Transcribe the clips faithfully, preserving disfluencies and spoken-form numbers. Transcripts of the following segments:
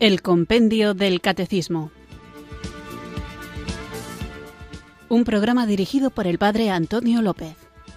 El Compendio del Catecismo. Un programa dirigido por el Padre Antonio López.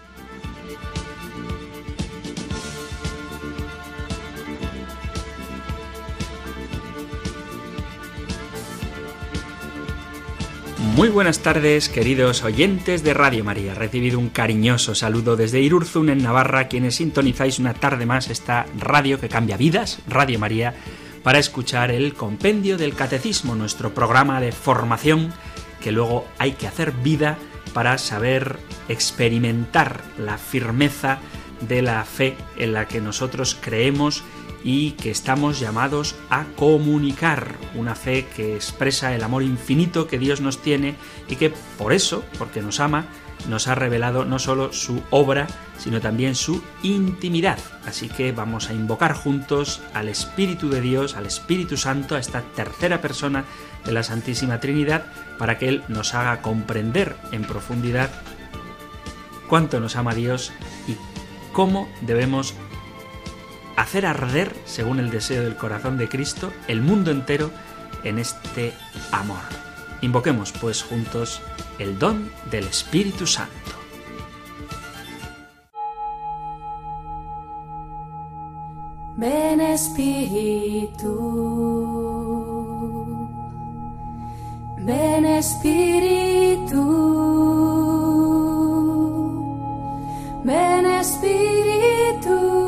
Muy buenas tardes, queridos oyentes de Radio María. Recibido un cariñoso saludo desde Irurzun, en Navarra, quienes sintonizáis una tarde más esta radio que cambia vidas, Radio María, para escuchar el Compendio del Catecismo, nuestro programa de formación que luego hay que hacer vida para saber experimentar la firmeza de la fe en la que nosotros creemos y que estamos llamados a comunicar, una fe que expresa el amor infinito que Dios nos tiene y que por eso, porque nos ama, nos ha revelado no solo su obra, sino también su intimidad. Así que vamos a invocar juntos al Espíritu de Dios, al Espíritu Santo, a esta tercera persona de la Santísima Trinidad, para que Él nos haga comprender en profundidad cuánto nos ama Dios y cómo debemos hacer arder, según el deseo del corazón de Cristo, el mundo entero en este amor. Invoquemos, pues, juntos el don del Espíritu Santo. Ven Espíritu, ven Espíritu, ven Espíritu.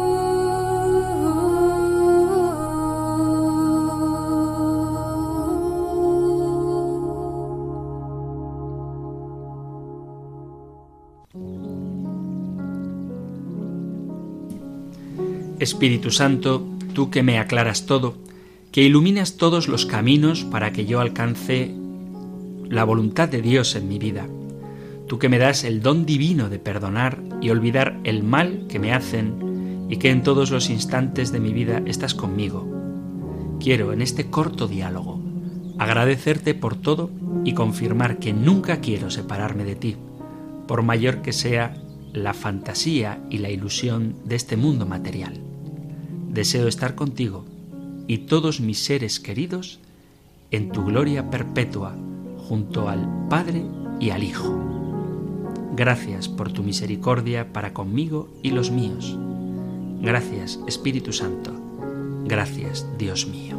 Espíritu Santo, tú que me aclaras todo, que iluminas todos los caminos para que yo alcance la voluntad de Dios en mi vida. Tú que me das el don divino de perdonar y olvidar el mal que me hacen y que en todos los instantes de mi vida estás conmigo. Quiero, en este corto diálogo, agradecerte por todo y confirmar que nunca quiero separarme de ti, por mayor que sea la fantasía y la ilusión de este mundo material. Deseo estar contigo y todos mis seres queridos en tu gloria perpetua, junto al Padre y al Hijo. Gracias por tu misericordia para conmigo y los míos. Gracias, Espíritu Santo. Gracias, Dios mío.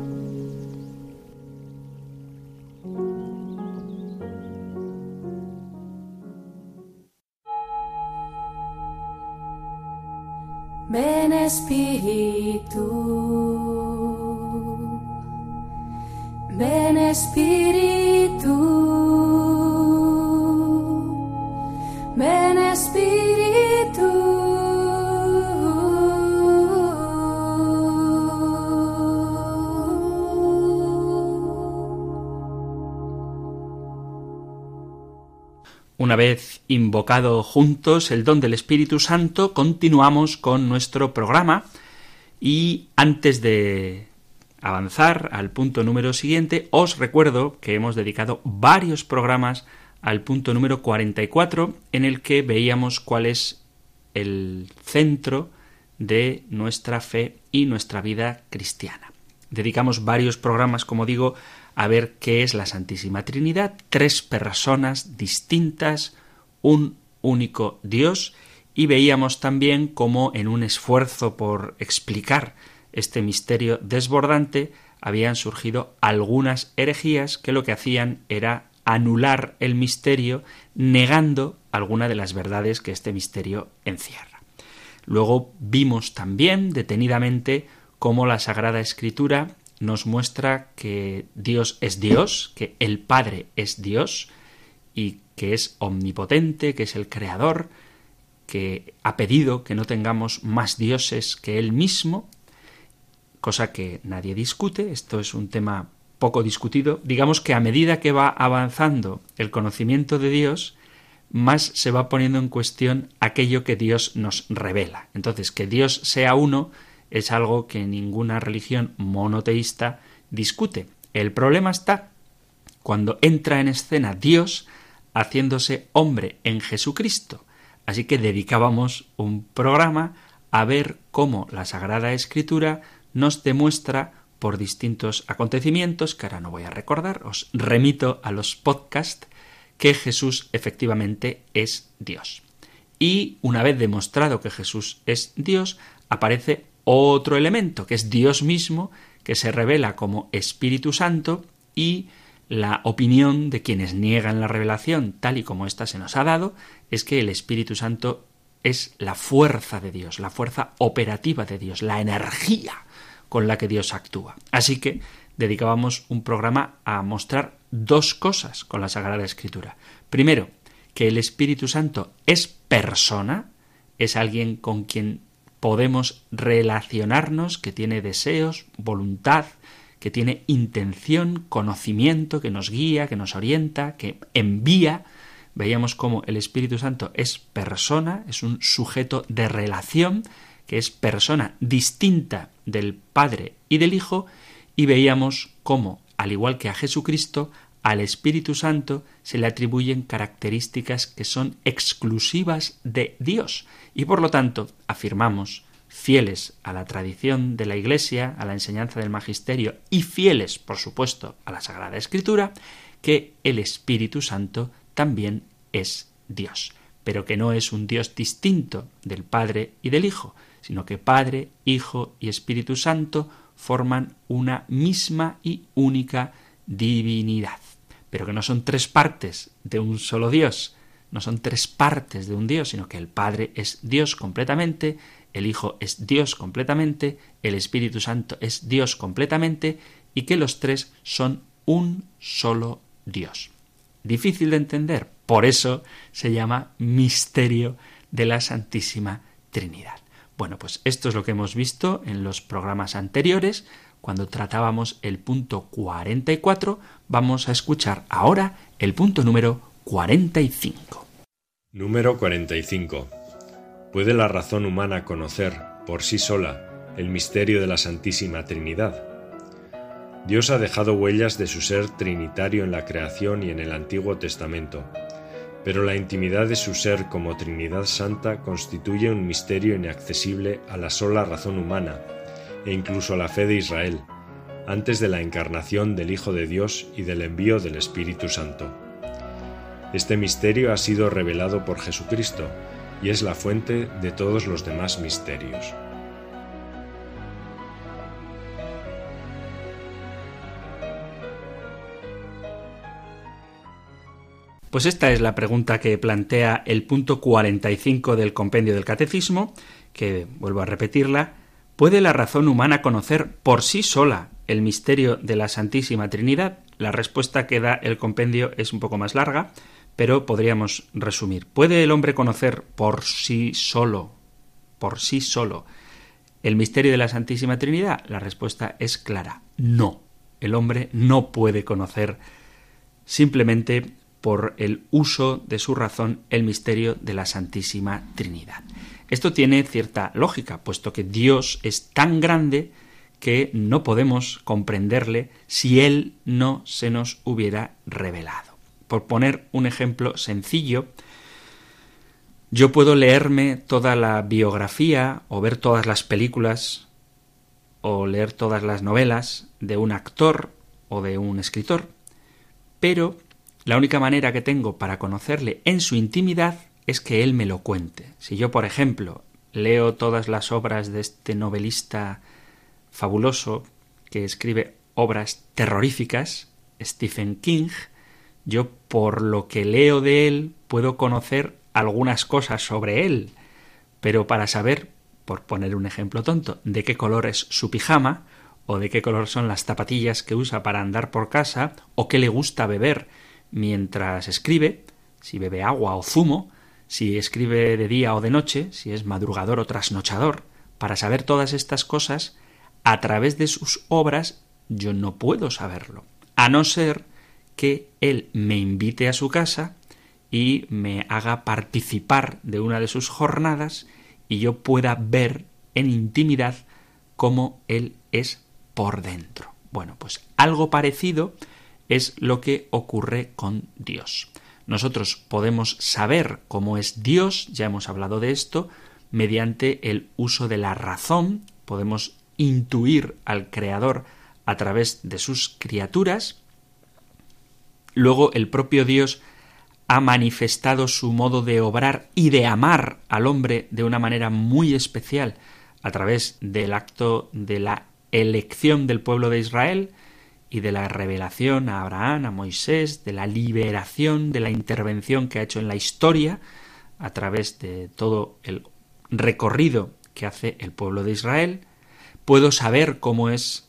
Ven Espíritu, ven Espíritu, ven Espíritu. Una vez invocado juntos el don del Espíritu Santo, continuamos con nuestro programa y antes de avanzar al punto número siguiente, os recuerdo que hemos dedicado varios programas al punto número cuarenta y cuatro, en el que veíamos cuál es el centro de nuestra fe y nuestra vida cristiana. Dedicamos varios programas, como digo, a ver qué es la Santísima Trinidad, tres personas distintas, un único Dios, y veíamos también cómo en un esfuerzo por explicar este misterio desbordante habían surgido algunas herejías que lo que hacían era anular el misterio, negando alguna de las verdades que este misterio encierra. Luego vimos también detenidamente cómo la Sagrada Escritura nos muestra que Dios es Dios, que el Padre es Dios y que es omnipotente, que es el Creador, que ha pedido que no tengamos más dioses que Él mismo, cosa que nadie discute. Esto es un tema poco discutido. Digamos que a medida que va avanzando el conocimiento de Dios, más se va poniendo en cuestión aquello que Dios nos revela. Entonces, que Dios sea uno es algo que ninguna religión monoteísta discute. El problema está cuando entra en escena Dios haciéndose hombre en Jesucristo. Así que dedicábamos un programa a ver cómo la Sagrada Escritura nos demuestra por distintos acontecimientos que ahora no voy a recordar, os remito a los podcasts, que Jesús efectivamente es Dios. Y una vez demostrado que Jesús es Dios, aparece otro elemento, que es Dios mismo, que se revela como Espíritu Santo, y la opinión de quienes niegan la revelación tal y como ésta se nos ha dado es que el Espíritu Santo es la fuerza de Dios, la fuerza operativa de Dios, la energía con la que Dios actúa. Así que dedicábamos un programa a mostrar dos cosas con la Sagrada Escritura. Primero, que el Espíritu Santo es persona, es alguien con quien podemos relacionarnos, que tiene deseos, voluntad, que tiene intención, conocimiento, que nos guía, que nos orienta, que envía. Veíamos cómo el Espíritu Santo es persona, es un sujeto de relación, que es persona distinta del Padre y del Hijo, y veíamos cómo, al igual que a Jesucristo, al Espíritu Santo se le atribuyen características que son exclusivas de Dios, y por lo tanto afirmamos, fieles a la tradición de la Iglesia, a la enseñanza del Magisterio y fieles, por supuesto, a la Sagrada Escritura, que el Espíritu Santo también es Dios, pero que no es un Dios distinto del Padre y del Hijo, sino que Padre, Hijo y Espíritu Santo forman una misma y única divinidad, pero que no son tres partes de un solo Dios, no son tres partes de un Dios, sino que el Padre es Dios completamente, el Hijo es Dios completamente, el Espíritu Santo es Dios completamente, y que los tres son un solo Dios. Difícil de entender, por eso se llama misterio de la Santísima Trinidad. Bueno, pues esto es lo que hemos visto en los programas anteriores. Cuando tratábamos el punto cuarenta y cuatro, vamos a escuchar ahora el punto número cuarenta y cinco. Número cuarenta y cinco. ¿Puede la razón humana conocer, por sí sola, el misterio de la Santísima Trinidad? Dios ha dejado huellas de su ser trinitario en la creación y en el Antiguo Testamento, pero la intimidad de su ser como Trinidad Santa constituye un misterio inaccesible a la sola razón humana, e incluso a la fe de Israel, antes de la encarnación del Hijo de Dios y del envío del Espíritu Santo. Este misterio ha sido revelado por Jesucristo y es la fuente de todos los demás misterios. Pues esta es la pregunta que plantea el punto cuarenta y cinco del compendio del Catecismo, que, vuelvo a repetirla, ¿puede la razón humana conocer por sí sola el misterio de la Santísima Trinidad? La respuesta que da el compendio es un poco más larga, pero podríamos resumir. ¿Puede el hombre conocer por sí solo, por sí solo, el misterio de la Santísima Trinidad? La respuesta es clara, no. El hombre no puede conocer simplemente por el uso de su razón el misterio de la Santísima Trinidad. Esto tiene cierta lógica, puesto que Dios es tan grande que no podemos comprenderle si Él no se nos hubiera revelado. Por poner un ejemplo sencillo, yo puedo leerme toda la biografía o ver todas las películas o leer todas las novelas de un actor o de un escritor, pero la única manera que tengo para conocerle en su intimidad es que él me lo cuente. Si yo, por ejemplo, leo todas las obras de este novelista fabuloso que escribe obras terroríficas, Stephen King, yo por lo que leo de él puedo conocer algunas cosas sobre él, pero para saber, por poner un ejemplo tonto, de qué color es su pijama, o de qué color son las zapatillas que usa para andar por casa, o qué le gusta beber mientras escribe, si bebe agua o zumo, si escribe de día o de noche, si es madrugador o trasnochador, para saber todas estas cosas, a través de sus obras yo no puedo saberlo, a no ser que él me invite a su casa y me haga participar de una de sus jornadas y yo pueda ver en intimidad cómo él es por dentro. Bueno, pues algo parecido es lo que ocurre con Dios. Nosotros podemos saber cómo es Dios, ya hemos hablado de esto, mediante el uso de la razón, podemos intuir al Creador a través de sus criaturas. Luego el propio Dios ha manifestado su modo de obrar y de amar al hombre de una manera muy especial a través del acto de la elección del pueblo de Israel y de la revelación a Abraham, a Moisés, de la liberación, de la intervención que ha hecho en la historia a través de todo el recorrido que hace el pueblo de Israel. Puedo saber cómo es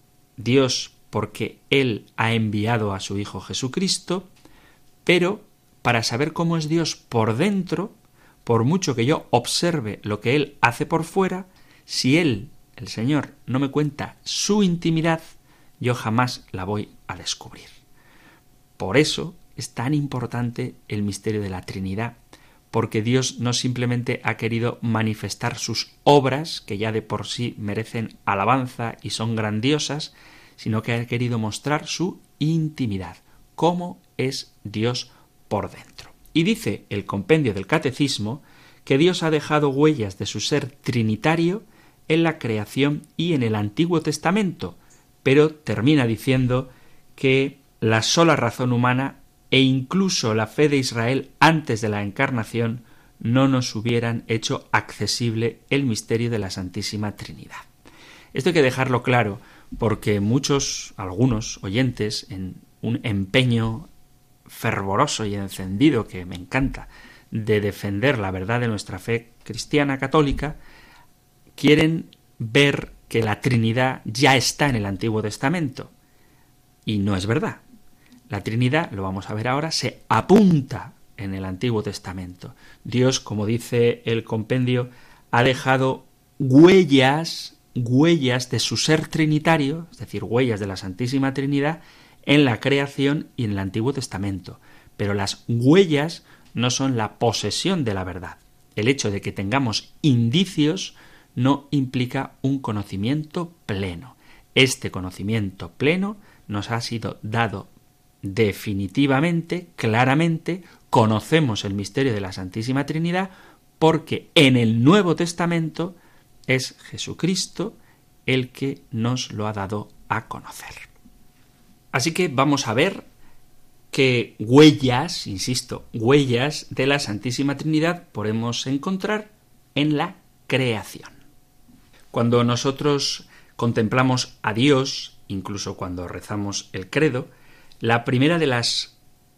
Dios porque Él ha enviado a su Hijo Jesucristo, pero para saber cómo es Dios por dentro, por mucho que yo observe lo que Él hace por fuera, si Él, el Señor, no me cuenta su intimidad, yo jamás la voy a descubrir. Por eso es tan importante el misterio de la Trinidad, porque Dios no simplemente ha querido manifestar sus obras, que ya de por sí merecen alabanza y son grandiosas, sino que ha querido mostrar su intimidad, cómo es Dios por dentro. Y dice el compendio del Catecismo que Dios ha dejado huellas de su ser trinitario en la creación y en el Antiguo Testamento, pero termina diciendo que la sola razón humana e incluso la fe de Israel antes de la encarnación no nos hubieran hecho accesible el misterio de la Santísima Trinidad. Esto hay que dejarlo claro porque muchos, algunos oyentes, en un empeño fervoroso y encendido que me encanta de defender la verdad de nuestra fe cristiana católica, quieren ver que la Trinidad ya está en el Antiguo Testamento. Y no es verdad. La Trinidad, lo vamos a ver ahora, se apunta en el Antiguo Testamento. Dios, como dice el compendio, ha dejado huellas, huellas de su ser trinitario, es decir, huellas de la Santísima Trinidad, en la creación y en el Antiguo Testamento. Pero las huellas no son la posesión de la verdad. El hecho de que tengamos indicios no implica un conocimiento pleno. Este conocimiento pleno nos ha sido dado definitivamente, claramente. Conocemos el misterio de la Santísima Trinidad porque en el Nuevo Testamento es Jesucristo el que nos lo ha dado a conocer. Así que vamos a ver qué huellas, insisto, huellas de la Santísima Trinidad podemos encontrar en la creación. Cuando nosotros contemplamos a Dios, incluso cuando rezamos el credo, la primera de las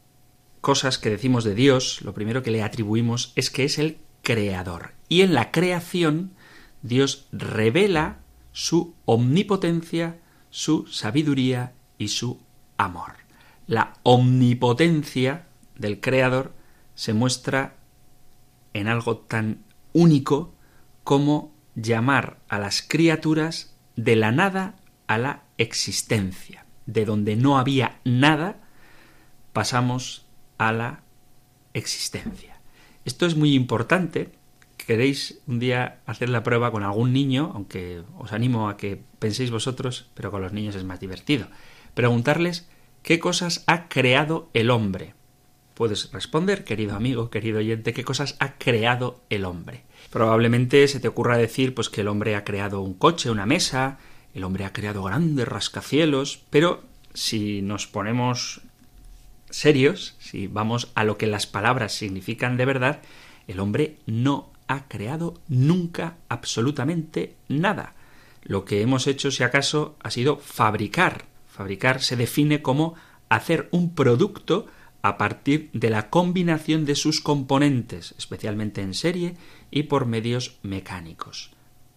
cosas que decimos de Dios, lo primero que le atribuimos es que es el creador. Y en la creación, Dios revela su omnipotencia, su sabiduría y su amor. La omnipotencia del creador se muestra en algo tan único como llamar a las criaturas de la nada a la existencia. De donde no había nada, pasamos a la existencia. Esto es muy importante. Queréis un día hacer la prueba con algún niño, aunque os animo a que penséis vosotros, pero con los niños es más divertido. Preguntarles qué cosas ha creado el hombre. Puedes responder, querido amigo, querido oyente, qué cosas ha creado el hombre. Probablemente se te ocurra decir pues que el hombre ha creado un coche, una mesa, el hombre ha creado grandes rascacielos, pero si nos ponemos serios, si vamos a lo que las palabras significan de verdad, el hombre no ha creado nunca absolutamente nada. Lo que hemos hecho, si acaso, ha sido fabricar. Fabricar se define como hacer un producto a partir de la combinación de sus componentes, especialmente en serie y por medios mecánicos.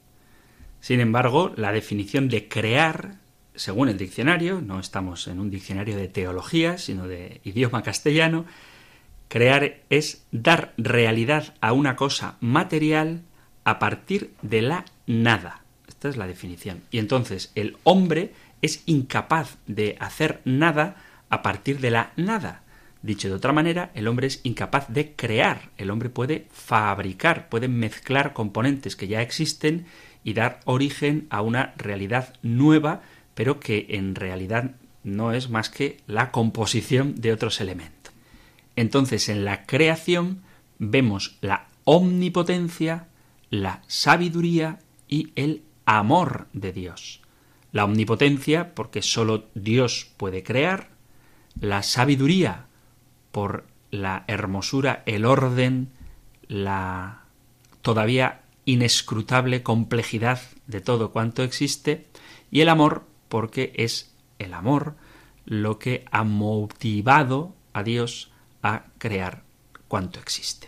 Sin embargo, la definición de crear, según el diccionario, no estamos en un diccionario de teología, sino de idioma castellano, crear es dar realidad a una cosa material a partir de la nada. Esta es la definición. Y entonces el hombre es incapaz de hacer nada a partir de la nada. Dicho de otra manera, el hombre es incapaz de crear. El hombre puede fabricar, puede mezclar componentes que ya existen y dar origen a una realidad nueva, pero que en realidad no es más que la composición de otros elementos. Entonces, en la creación vemos la omnipotencia, la sabiduría y el amor de Dios. La omnipotencia, porque sólo Dios puede crear. La sabiduría, por la hermosura, el orden, la todavía inescrutable complejidad de todo cuanto existe. Y el amor, porque es el amor lo que ha motivado a Dios a crear cuanto existe.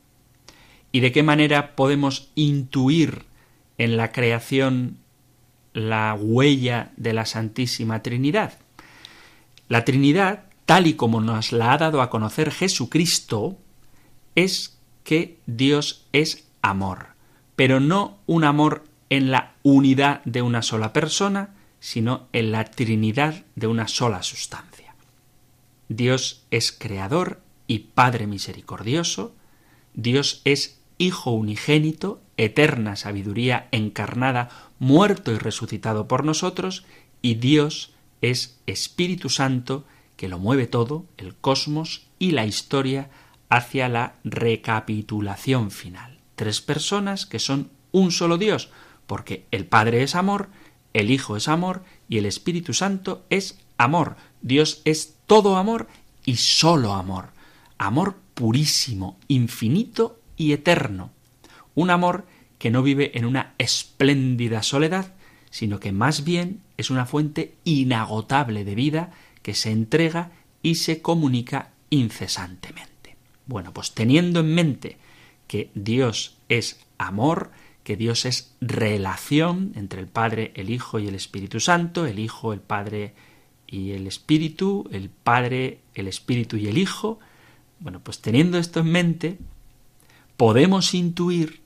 ¿Y de qué manera podemos intuir en la creación la huella de la Santísima Trinidad? La Trinidad, tal y como nos la ha dado a conocer Jesucristo, es que Dios es amor, pero no un amor en la unidad de una sola persona, sino en la Trinidad de una sola sustancia. Dios es creador y Padre misericordioso, Dios es Hijo unigénito, eterna sabiduría encarnada, muerto y resucitado por nosotros, y Dios es Espíritu Santo, que lo mueve todo, el cosmos y la historia, hacia la recapitulación final. Tres personas que son un solo Dios, porque el Padre es amor, el Hijo es amor y el Espíritu Santo es amor. Dios es todo amor y solo amor. Amor purísimo, infinito y eterno. Un amor que no vive en una espléndida soledad, sino que más bien es una fuente inagotable de vida que se entrega y se comunica incesantemente. Bueno, pues teniendo en mente que Dios es amor, que Dios es relación entre el Padre, el Hijo y el Espíritu Santo, el Hijo, el Padre y el Espíritu, el Padre, el Espíritu y el Hijo. Bueno, pues teniendo esto en mente, podemos intuir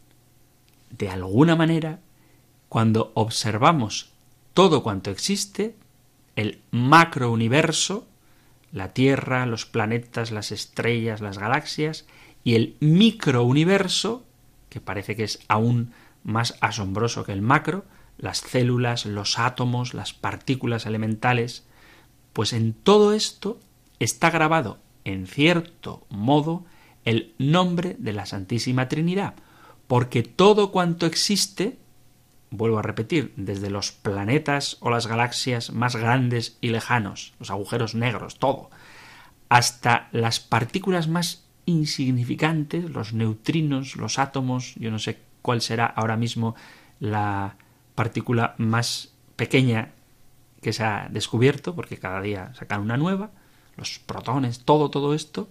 de alguna manera, cuando observamos todo cuanto existe, el macrouniverso, la Tierra, los planetas, las estrellas, las galaxias, y el microuniverso, que parece que es aún más asombroso que el macro, las células, los átomos, las partículas elementales, pues en todo esto está grabado, en cierto modo, el nombre de la Santísima Trinidad, porque todo cuanto existe, vuelvo a repetir, desde los planetas o las galaxias más grandes y lejanos, los agujeros negros, todo, hasta las partículas más insignificantes, los neutrinos, los átomos, yo no sé cuál será ahora mismo la partícula más pequeña que se ha descubierto, porque cada día sacan una nueva, los protones, todo, todo esto,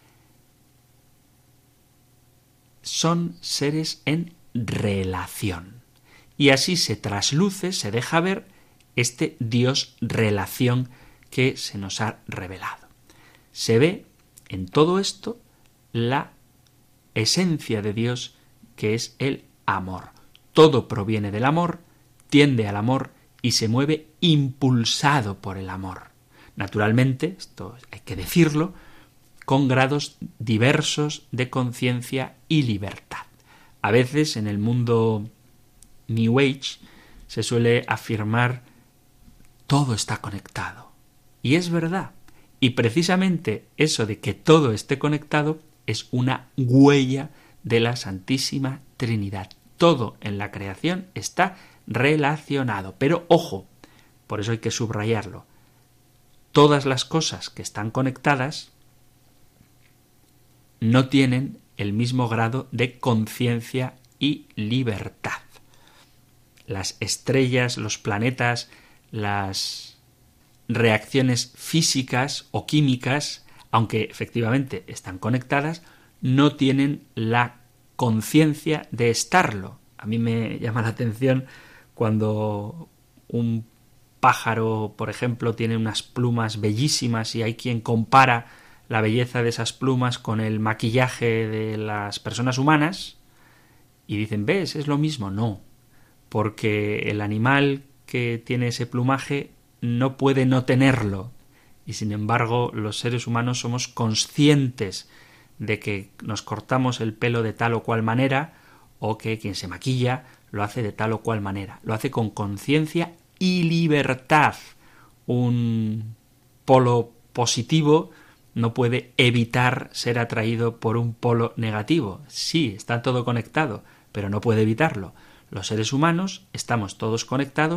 son seres en relación. Y así se trasluce, se deja ver este Dios relación que se nos ha revelado. Se ve en todo esto la esencia de Dios, que es el amor. Todo proviene del amor, tiende al amor y se mueve impulsado por el amor. Naturalmente, esto hay que decirlo, con grados diversos de conciencia y libertad. A veces en el mundo New Age se suele afirmar todo está conectado. Y es verdad. Y precisamente eso de que todo esté conectado es una huella de la Santísima Trinidad. Todo en la creación está relacionado. Pero ojo, por eso hay que subrayarlo. Todas las cosas que están conectadas no tienen el mismo grado de conciencia y libertad. Las estrellas, los planetas, las reacciones físicas o químicas, aunque efectivamente están conectadas, no tienen la conciencia de estarlo. A mí me llama la atención cuando un pájaro, por ejemplo, tiene unas plumas bellísimas y hay quien compara la belleza de esas plumas con el maquillaje de las personas humanas y dicen, ¿ves? Es lo mismo. No, porque el animal que tiene ese plumaje no puede no tenerlo y sin embargo los seres humanos somos conscientes de que nos cortamos el pelo de tal o cual manera o que quien se maquilla lo hace de tal o cual manera. Lo hace con conciencia y libertad. Un polo positivo no puede evitar ser atraído por un polo negativo. Sí, está todo conectado, pero no puede evitarlo. Los seres humanos estamos todos conectados,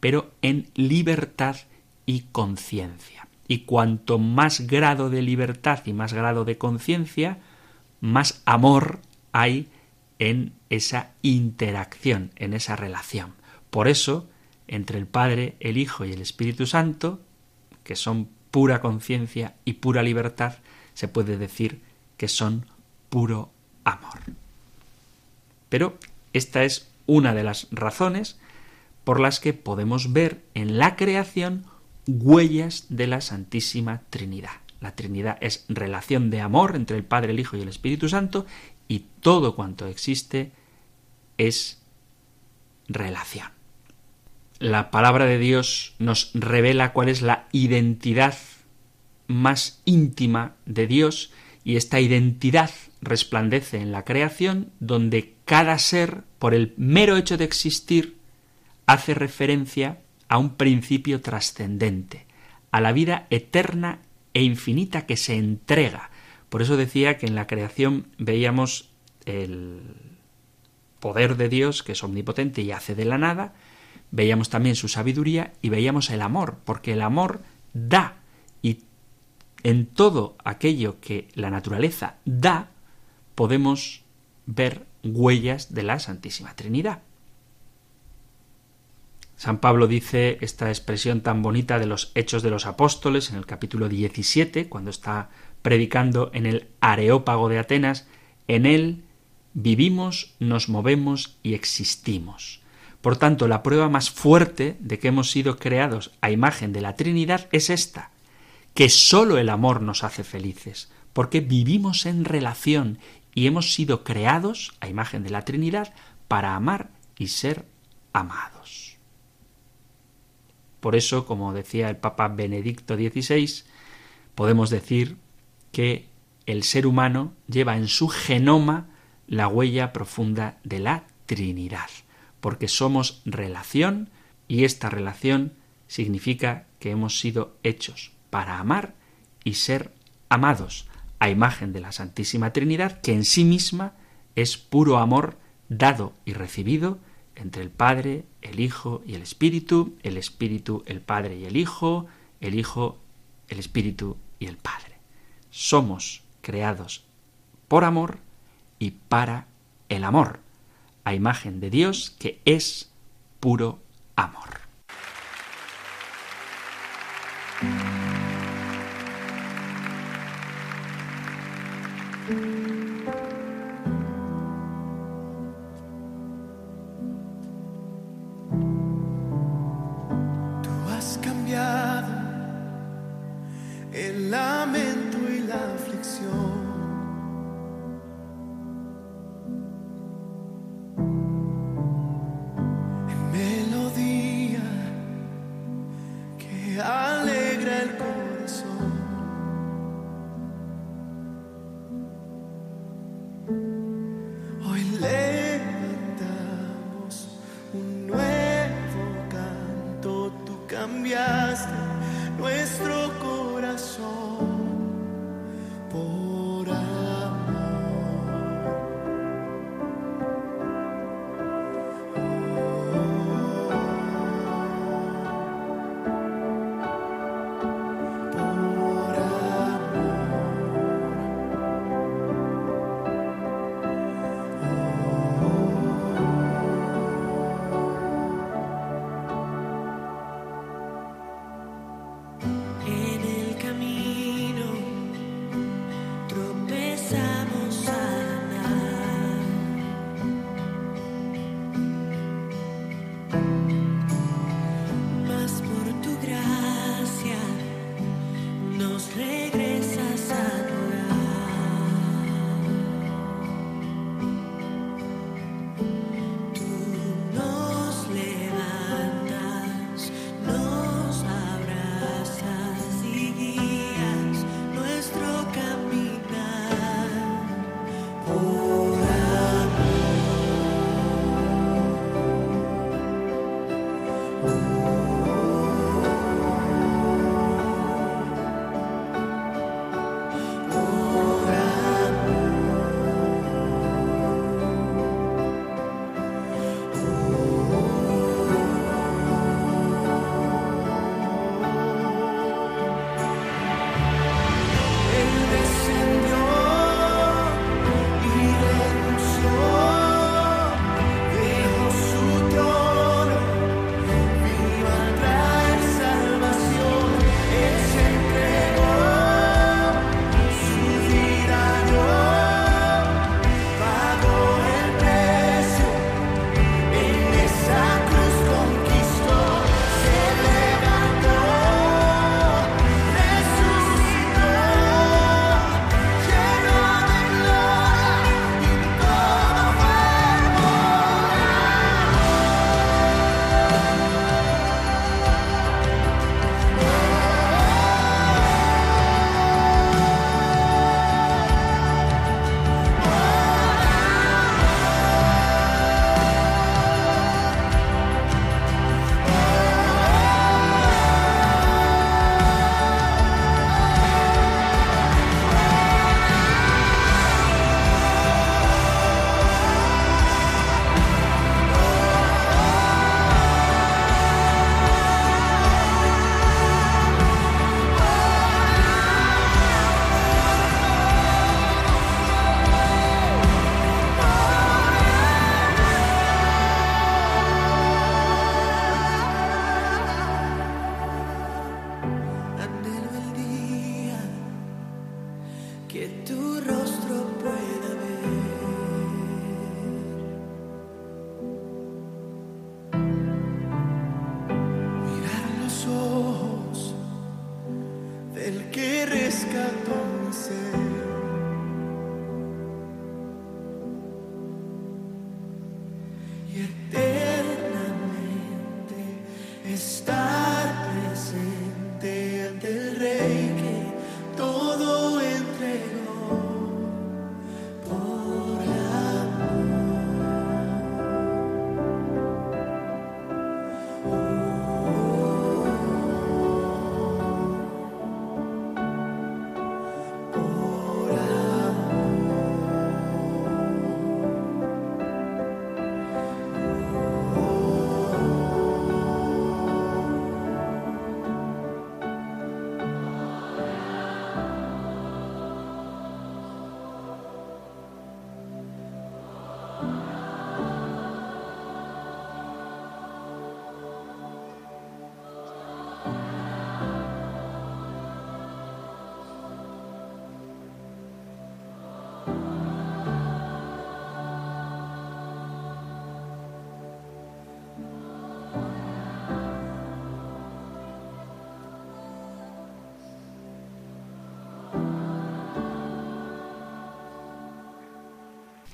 pero en libertad y conciencia. Y cuanto más grado de libertad y más grado de conciencia, más amor hay en esa interacción, en esa relación. Por eso, entre el Padre, el Hijo y el Espíritu Santo, que son pura conciencia y pura libertad, se puede decir que son puro amor. Pero esta es una de las razones por las que podemos ver en la creación huellas de la Santísima Trinidad. La Trinidad es relación de amor entre el Padre, el Hijo y el Espíritu Santo, y todo cuanto existe es relación. La palabra de Dios nos revela cuál es la identidad más íntima de Dios, y esta identidad resplandece en la creación, donde cada ser, por el mero hecho de existir, hace referencia a un principio trascendente, a la vida eterna e infinita que se entrega. Por eso decía que en la creación veíamos el poder de Dios, que es omnipotente y hace de la nada, veíamos también su sabiduría y veíamos el amor, porque el amor da, y en todo aquello que la naturaleza da, podemos ver huellas de la Santísima Trinidad. San Pablo dice esta expresión tan bonita de los Hechos de los Apóstoles en el capítulo diecisiete, cuando está predicando en el Areópago de Atenas: en él vivimos, nos movemos y existimos. Por tanto, la prueba más fuerte de que hemos sido creados a imagen de la Trinidad es esta, que sólo el amor nos hace felices, porque vivimos en relación y hemos sido creados a imagen de la Trinidad para amar y ser amados. Por eso, como decía el Papa Benedicto dieciséis, podemos decir que el ser humano lleva en su genoma la huella profunda de la Trinidad, porque somos relación, y esta relación significa que hemos sido hechos para amar y ser amados, a imagen de la Santísima Trinidad, que en sí misma es puro amor dado y recibido entre el Padre, el Hijo y el Espíritu, el Espíritu, el Padre y el Hijo, el Hijo, el Espíritu y el Padre. Somos creados por amor y para el amor, a imagen de Dios, que es puro amor. El lamento y la aflicción, en melodía que alegra el corazón. Hoy levantamos un nuevo canto, tú cambiaste nuestro corazón por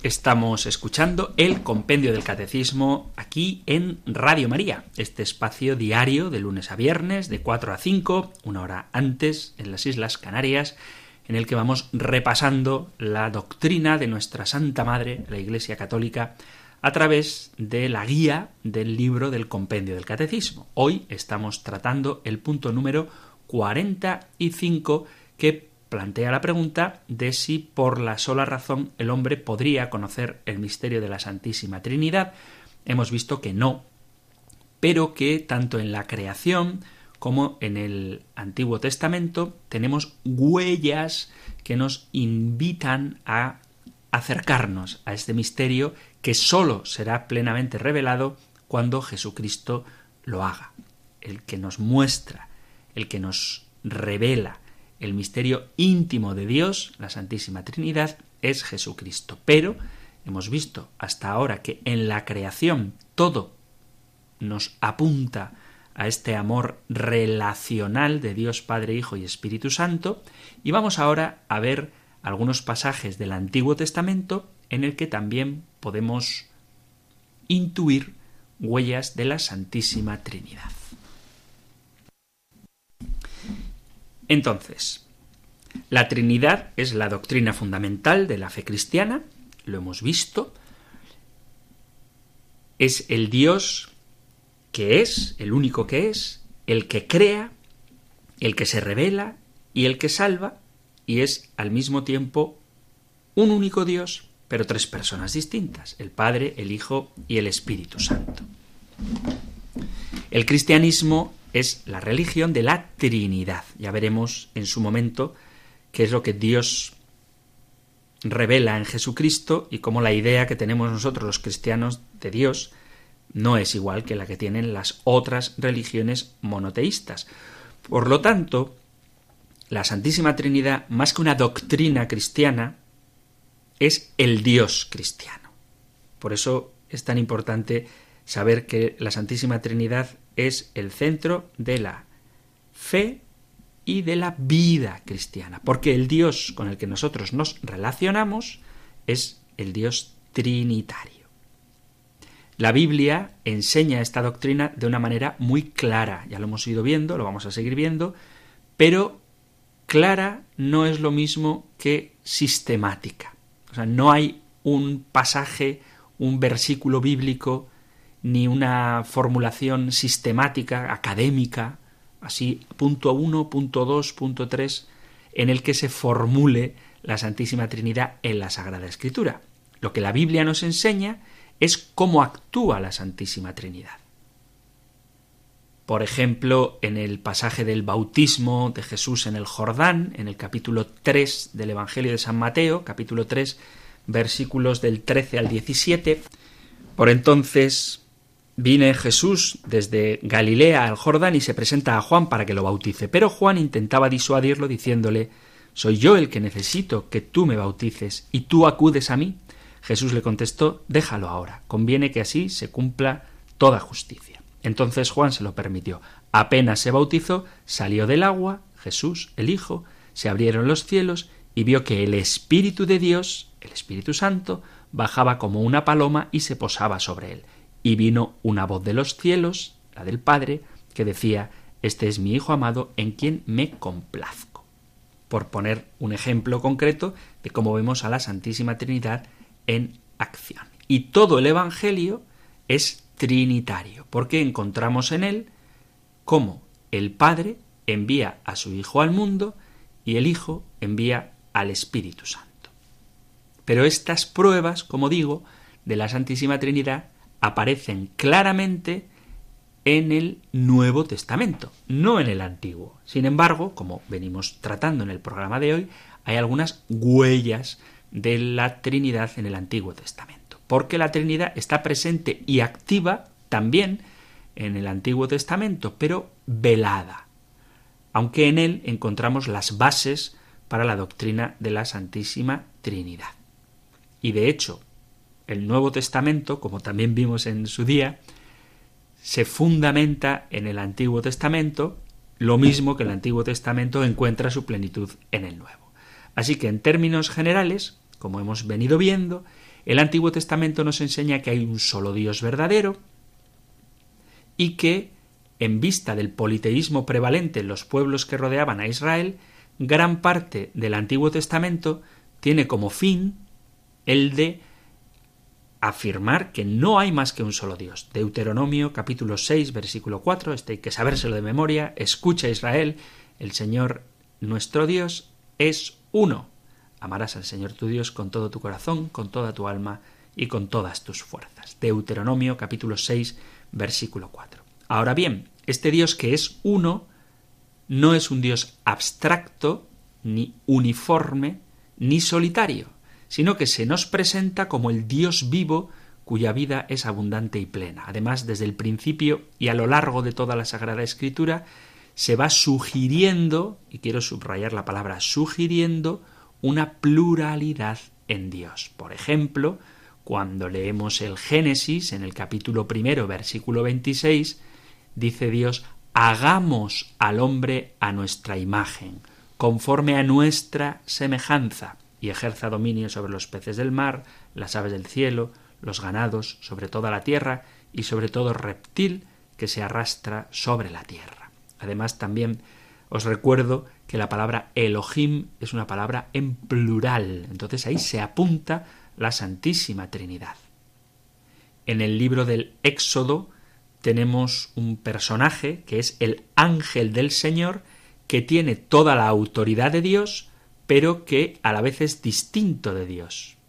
Estamos escuchando el Compendio del Catecismo aquí en Radio María, este espacio diario de lunes a viernes de cuatro a cinco, una hora antes en las Islas Canarias, en el que vamos repasando la doctrina de nuestra Santa Madre, la Iglesia Católica, a través de la guía del libro del Compendio del Catecismo. Hoy estamos tratando el punto número cuarenta y cinco, que plantea la pregunta de si por la sola razón el hombre podría conocer el misterio de la Santísima Trinidad. Hemos visto que no, pero que tanto en la creación como en el Antiguo Testamento tenemos huellas que nos invitan a acercarnos a este misterio que sólo será plenamente revelado cuando Jesucristo lo haga. El que nos muestra, el que nos revela el misterio íntimo de Dios, la Santísima Trinidad, es Jesucristo. Pero hemos visto hasta ahora que en la creación todo nos apunta a este amor relacional de Dios Padre, Hijo y Espíritu Santo, y vamos ahora a ver algunos pasajes del Antiguo Testamento en el que también podemos intuir huellas de la Santísima Trinidad. Entonces, la Trinidad es la doctrina fundamental de la fe cristiana, lo hemos visto. Es el Dios que es, el único que es, el que crea, el que se revela y el que salva, y es al mismo tiempo un único Dios, pero tres personas distintas, el Padre, el Hijo y el Espíritu Santo. El cristianismo es la religión de la Trinidad. Ya veremos en su momento qué es lo que Dios revela en Jesucristo y cómo la idea que tenemos nosotros los cristianos de Dios no es igual que la que tienen las otras religiones monoteístas. Por lo tanto, la Santísima Trinidad, más que una doctrina cristiana, es el Dios cristiano. Por eso es tan importante saber que la Santísima Trinidad es el centro de la fe y de la vida cristiana, porque el Dios con el que nosotros nos relacionamos es el Dios trinitario. La Biblia enseña esta doctrina de una manera muy clara, ya lo hemos ido viendo, lo vamos a seguir viendo, pero clara no es lo mismo que sistemática. O sea, no hay un pasaje, un versículo bíblico, ni una formulación sistemática, académica, así, punto uno, punto dos, punto tres, en el que se formule la Santísima Trinidad en la Sagrada Escritura. Lo que la Biblia nos enseña es cómo actúa la Santísima Trinidad. Por ejemplo, en el pasaje del bautismo de Jesús en el Jordán, en el capítulo tres del Evangelio de San Mateo, capítulo tres, versículos del trece al diecisiete, por entonces viene Jesús desde Galilea al Jordán y se presenta a Juan para que lo bautice, pero Juan intentaba disuadirlo diciéndole: «Soy yo el que necesito que tú me bautices, y tú acudes a mí». Jesús le contestó: «Déjalo ahora, conviene que así se cumpla toda justicia». Entonces Juan se lo permitió. Apenas se bautizó, salió del agua, Jesús, el Hijo, se abrieron los cielos y vio que el Espíritu de Dios, el Espíritu Santo, bajaba como una paloma y se posaba sobre él. Y vino una voz de los cielos, la del Padre, que decía: «Este es mi Hijo amado, en quien me complazco». Por poner un ejemplo concreto de cómo vemos a la Santísima Trinidad en acción. Y todo el Evangelio es trinitario, porque encontramos en él cómo el Padre envía a su Hijo al mundo y el Hijo envía al Espíritu Santo. Pero estas pruebas, como digo, de la Santísima Trinidad aparecen claramente en el Nuevo Testamento, no en el Antiguo. Sin embargo, como venimos tratando en el programa de hoy, hay algunas huellas de la Trinidad en el Antiguo Testamento, porque la Trinidad está presente y activa también en el Antiguo Testamento, pero velada, aunque en él encontramos las bases para la doctrina de la Santísima Trinidad. Y de hecho, el Nuevo Testamento, como también vimos en su día, se fundamenta en el Antiguo Testamento, lo mismo que el Antiguo Testamento encuentra su plenitud en el Nuevo. Así que en términos generales, como hemos venido viendo, El Antiguo Testamento nos enseña que hay un solo Dios verdadero y que, en vista del politeísmo prevalente en los pueblos que rodeaban a Israel, gran parte del Antiguo Testamento tiene como fin el de afirmar que no hay más que un solo Dios. Deuteronomio capítulo seis, versículo cuatro, este hay que sabérselo de memoria. Escucha, Israel, el Señor nuestro Dios es uno. Amarás al Señor tu Dios con todo tu corazón, con toda tu alma y con todas tus fuerzas. Deuteronomio capítulo seis, versículo cuatro. Ahora bien, este Dios que es uno no es un Dios abstracto, ni uniforme, ni solitario, sino que se nos presenta como el Dios vivo cuya vida es abundante y plena. Además, desde el principio y a lo largo de toda la Sagrada Escritura, se va sugiriendo, y quiero subrayar la palabra sugiriendo, una pluralidad en Dios. Por ejemplo, cuando leemos el Génesis, en el capítulo primero, versículo veintiséis, dice Dios: hagamos al hombre a nuestra imagen, conforme a nuestra semejanza, y ejerza dominio sobre los peces del mar, las aves del cielo, los ganados, sobre toda la tierra, y sobre todo reptil que se arrastra sobre la tierra. Además, también os recuerdo que la palabra Elohim es una palabra en plural, entonces ahí se apunta la Santísima Trinidad. En el libro del Éxodo tenemos un personaje que es el ángel del Señor, que tiene toda la autoridad de Dios, pero que a la vez es distinto de Dios.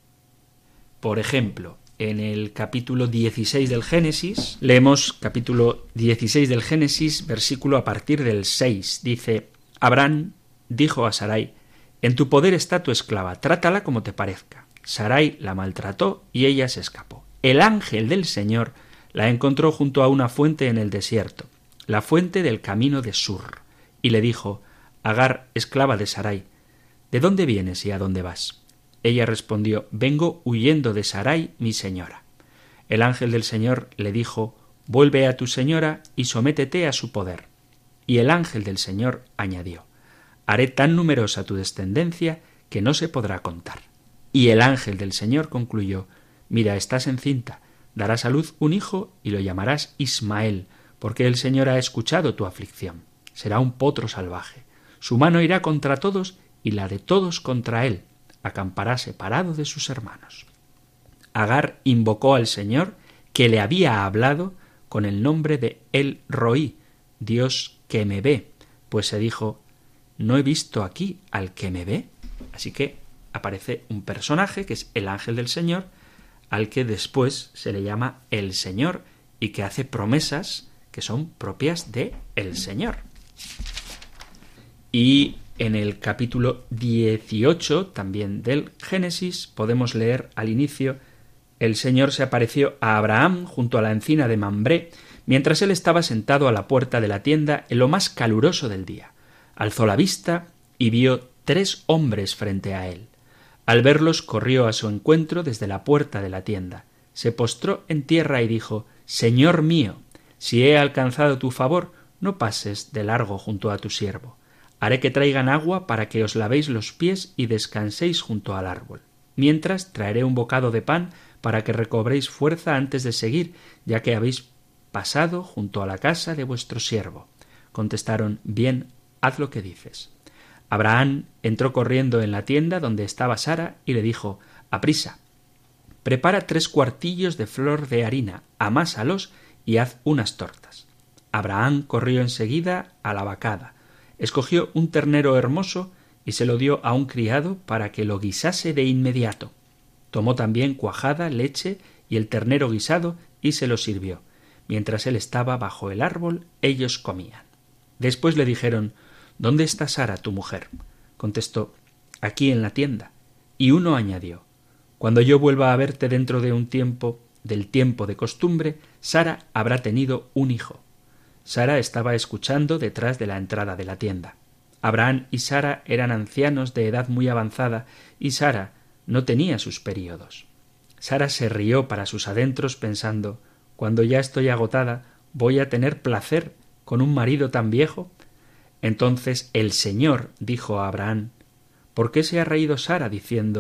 Por ejemplo, en el capítulo dieciséis del Génesis, leemos capítulo dieciséis del Génesis, versículo a partir del seis. Dice: Abraham dijo a Sarai: en tu poder está tu esclava, trátala como te parezca. Sarai la maltrató y ella se escapó. El ángel del Señor la encontró junto a una fuente en el desierto, la fuente del camino de Sur, y le dijo: Agar, esclava de Sarai, ¿de dónde vienes y a dónde vas? Ella respondió: vengo huyendo de Sarai, mi señora. El ángel del Señor le dijo: vuelve a tu señora y sométete a su poder. Y el ángel del Señor añadió: haré tan numerosa tu descendencia que no se podrá contar. Y el ángel del Señor concluyó: mira, estás encinta, darás a luz un hijo y lo llamarás Ismael, porque el Señor ha escuchado tu aflicción. Será un potro salvaje. Su mano irá contra todos y la de todos contra él. Acampará separado de sus hermanos. Agar invocó al Señor, que le había hablado, con el nombre de El Roí, Dios que me ve, pues se dijo: ¿no he visto aquí al que me ve? Así que aparece un personaje que es el ángel del Señor, al que después se le llama el Señor y que hace promesas que son propias de el Señor. Y en el capítulo dieciocho, también del Génesis, podemos leer al inicio: el Señor se apareció a Abraham junto a la encina de Mambré, mientras él estaba sentado a la puerta de la tienda en lo más caluroso del día. Alzó la vista y vio tres hombres frente a él. Al verlos, corrió a su encuentro desde la puerta de la tienda. Se postró en tierra y dijo: Señor mío, si he alcanzado tu favor, no pases de largo junto a tu siervo. Haré que traigan agua para que os lavéis los pies y descanséis junto al árbol. Mientras, traeré un bocado de pan para que recobréis fuerza antes de seguir, ya que habéis pasado junto a la casa de vuestro siervo. Contestaron: bien, haz lo que dices. Abraham entró corriendo en la tienda donde estaba Sara y le dijo: aprisa, prepara tres cuartillos de flor de harina, amásalos y haz unas tortas. Abraham corrió enseguida a la vacada, escogió un ternero hermoso y se lo dio a un criado para que lo guisase de inmediato. Tomó también cuajada, leche y el ternero guisado y se lo sirvió. Mientras él estaba bajo el árbol, ellos comían. Después le dijeron: ¿dónde está Sara, tu mujer? Contestó: aquí en la tienda. Y uno añadió: cuando yo vuelva a verte dentro de un tiempo, del tiempo de costumbre, Sara habrá tenido un hijo. Sara estaba escuchando detrás de la entrada de la tienda. Abraham y Sara eran ancianos de edad muy avanzada y Sara no tenía sus períodos. Sara se rió para sus adentros pensando: cuando ya estoy agotada, ¿voy a tener placer con un marido tan viejo? Entonces el Señor dijo a Abraham: ¿por qué se ha reído Sara diciendo: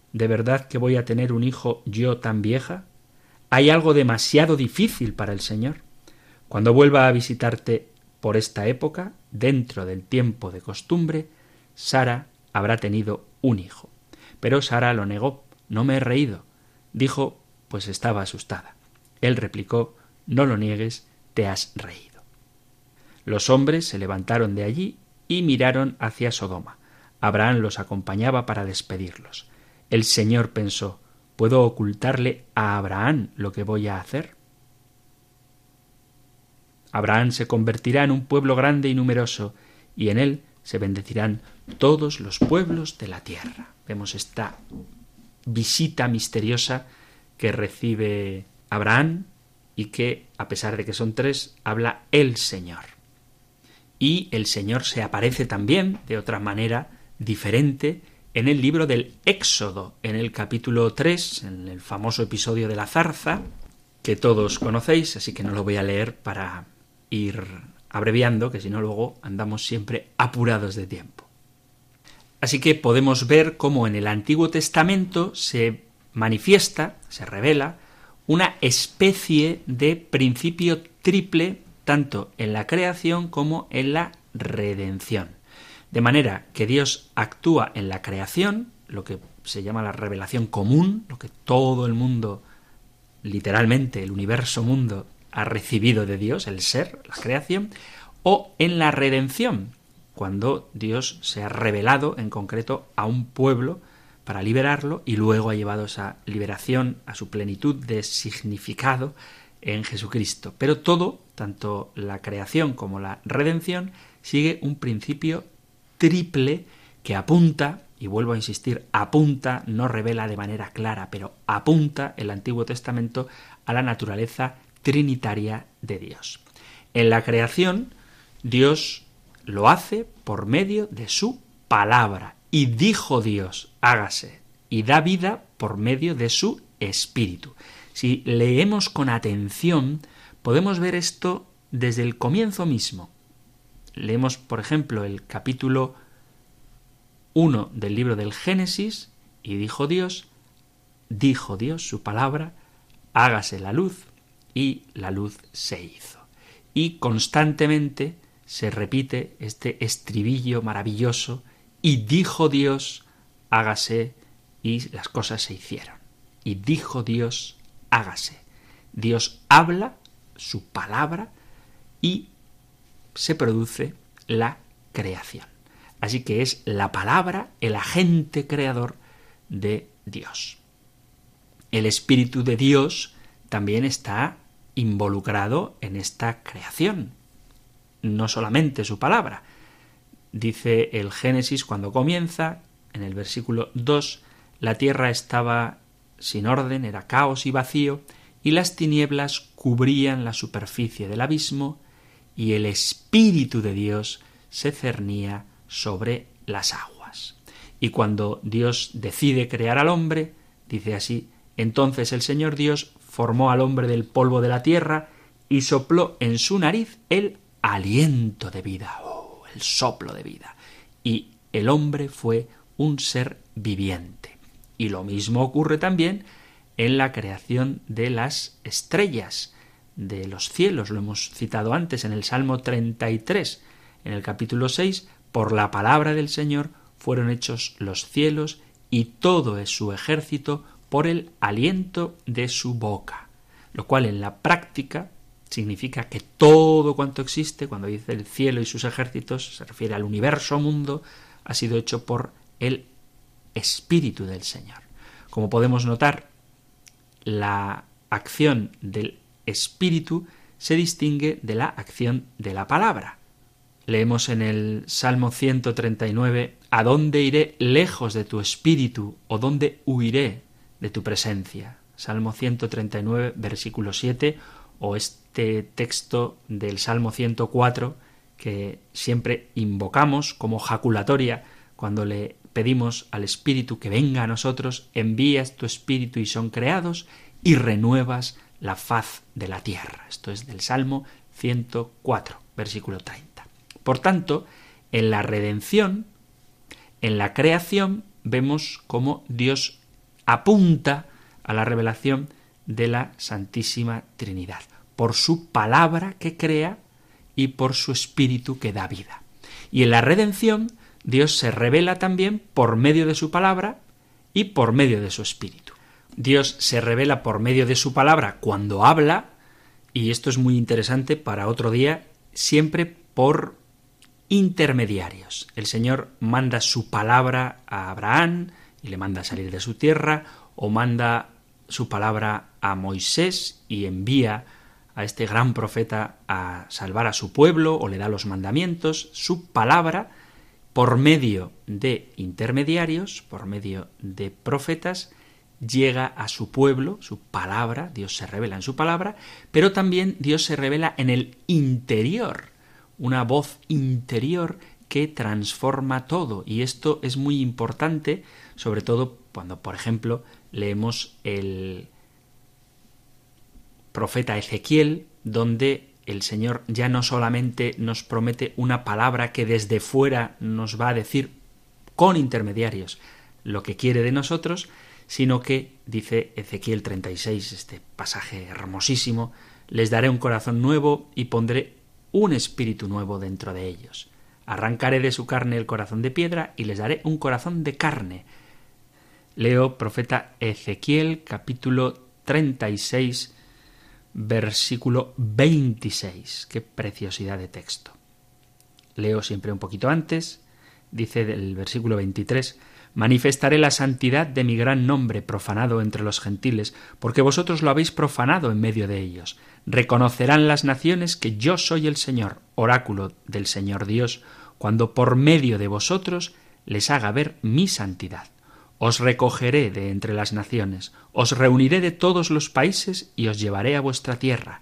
¿De verdad que voy a tener un hijo yo tan vieja? ¿Hay algo demasiado difícil para el Señor? Cuando vuelva a visitarte por esta época, dentro del tiempo de costumbre, Sara habrá tenido un hijo. Pero Sara lo negó. No me he reído. Dijo, pues estaba asustada. Él replicó, no lo niegues, te has reído. Los hombres se levantaron de allí y miraron hacia Sodoma. Abraham los acompañaba para despedirlos. El Señor pensó, ¿puedo ocultarle a Abraham lo que voy a hacer? Abraham se convertirá en un pueblo grande y numeroso, y en él se bendecirán todos los pueblos de la tierra. Vemos esta visita misteriosa que recibe Abraham y que, a pesar de que son tres, habla el Señor. Y el Señor se aparece también, de otra manera diferente, en el libro del Éxodo, en el capítulo tres, en el famoso episodio de la zarza, que todos conocéis, así que no lo voy a leer para ir abreviando, que si no luego andamos siempre apurados de tiempo. Así que podemos ver cómo en el Antiguo Testamento se manifiesta, se revela, una especie de principio triple tanto en la creación como en la redención. De manera que Dios actúa en la creación, lo que se llama la revelación común, lo que todo el mundo, literalmente el universo mundo, ha recibido de Dios, el ser, la creación, o en la redención, cuando Dios se ha revelado en concreto a un pueblo para liberarlo y luego ha llevado esa liberación a su plenitud de significado en Jesucristo. Pero todo, tanto la creación como la redención, sigue un principio triple que apunta, y vuelvo a insistir, apunta, no revela de manera clara, pero apunta el Antiguo Testamento a la naturaleza trinitaria de Dios. En la creación, Dios lo hace por medio de su palabra, y dijo Dios, hágase, y da vida por medio de su espíritu. Si leemos con atención, podemos ver esto desde el comienzo mismo. Leemos, por ejemplo, el capítulo uno del libro del Génesis, y dijo Dios, dijo Dios su palabra, hágase la luz, y la luz se hizo. Y constantemente se repite este estribillo maravilloso, y dijo Dios, hágase, y las cosas se hicieron. Y dijo Dios, hágase. Dios habla su palabra y se produce la creación. Así que es la palabra el agente creador de Dios. El Espíritu de Dios también está involucrado en esta creación, no solamente su palabra. Dice el Génesis cuando comienza, en el versículo dos, la tierra estaba sin orden, era caos y vacío, y las tinieblas cubrían la superficie del abismo, y el Espíritu de Dios se cernía sobre las aguas. Y cuando Dios decide crear al hombre, dice así, entonces el Señor Dios formó al hombre del polvo de la tierra y sopló en su nariz el aliento de vida, oh, el soplo de vida. Y el hombre fue un ser viviente. Y lo mismo ocurre también en la creación de las estrellas, de los cielos. Lo hemos citado antes en el Salmo treinta y tres. En el capítulo seis, por la palabra del Señor fueron hechos los cielos y todo es su ejército por el aliento de su boca. Lo cual en la práctica significa que todo cuanto existe, cuando dice el cielo y sus ejércitos, se refiere al universo mundo, ha sido hecho por el Espíritu del Señor. Como podemos notar, la acción del Espíritu se distingue de la acción de la palabra. Leemos en el Salmo ciento treinta y nueve, ¿a dónde iré lejos de tu espíritu o dónde huiré de tu presencia? Salmo ciento treinta y nueve, versículo siete, o este texto del Salmo ciento cuatro que siempre invocamos como jaculatoria cuando le pedimos al Espíritu que venga a nosotros, envías tu Espíritu y son creados y renuevas la faz de la tierra. Esto es del Salmo ciento cuatro, versículo treinta. Por tanto, en la redención, en la creación, vemos cómo Dios apunta a la revelación de la Santísima Trinidad, por su palabra que crea y por su espíritu que da vida. Y en la redención, Dios se revela también por medio de su palabra y por medio de su espíritu. Dios se revela por medio de su palabra cuando habla, y esto es muy interesante para otro día, siempre por intermediarios. El Señor manda su palabra a Abraham y le manda salir de su tierra, o manda su palabra a Moisés y envía a este gran profeta a salvar a su pueblo, o le da los mandamientos. Su palabra, por medio de intermediarios, por medio de profetas, llega a su pueblo, su palabra, Dios se revela en su palabra, pero también Dios se revela en el interior, una voz interior que transforma todo. Y esto es muy importante, sobre todo cuando, por ejemplo, leemos el profeta Ezequiel, donde el Señor ya no solamente nos promete una palabra que desde fuera nos va a decir con intermediarios lo que quiere de nosotros, sino que, dice Ezequiel treinta y seis, este pasaje hermosísimo, les daré un corazón nuevo y pondré un espíritu nuevo dentro de ellos. Arrancaré de su carne el corazón de piedra y les daré un corazón de carne. Leo profeta Ezequiel, capítulo treinta y seis, versículo veintiséis. Qué preciosidad de texto. Leo siempre un poquito antes. Dice del versículo veintitrés: manifestaré la santidad de mi gran nombre profanado entre los gentiles, porque vosotros lo habéis profanado en medio de ellos. Reconocerán las naciones que yo soy el Señor, oráculo del Señor Dios, cuando por medio de vosotros les haga ver mi santidad. Os recogeré de entre las naciones, os reuniré de todos los países y os llevaré a vuestra tierra.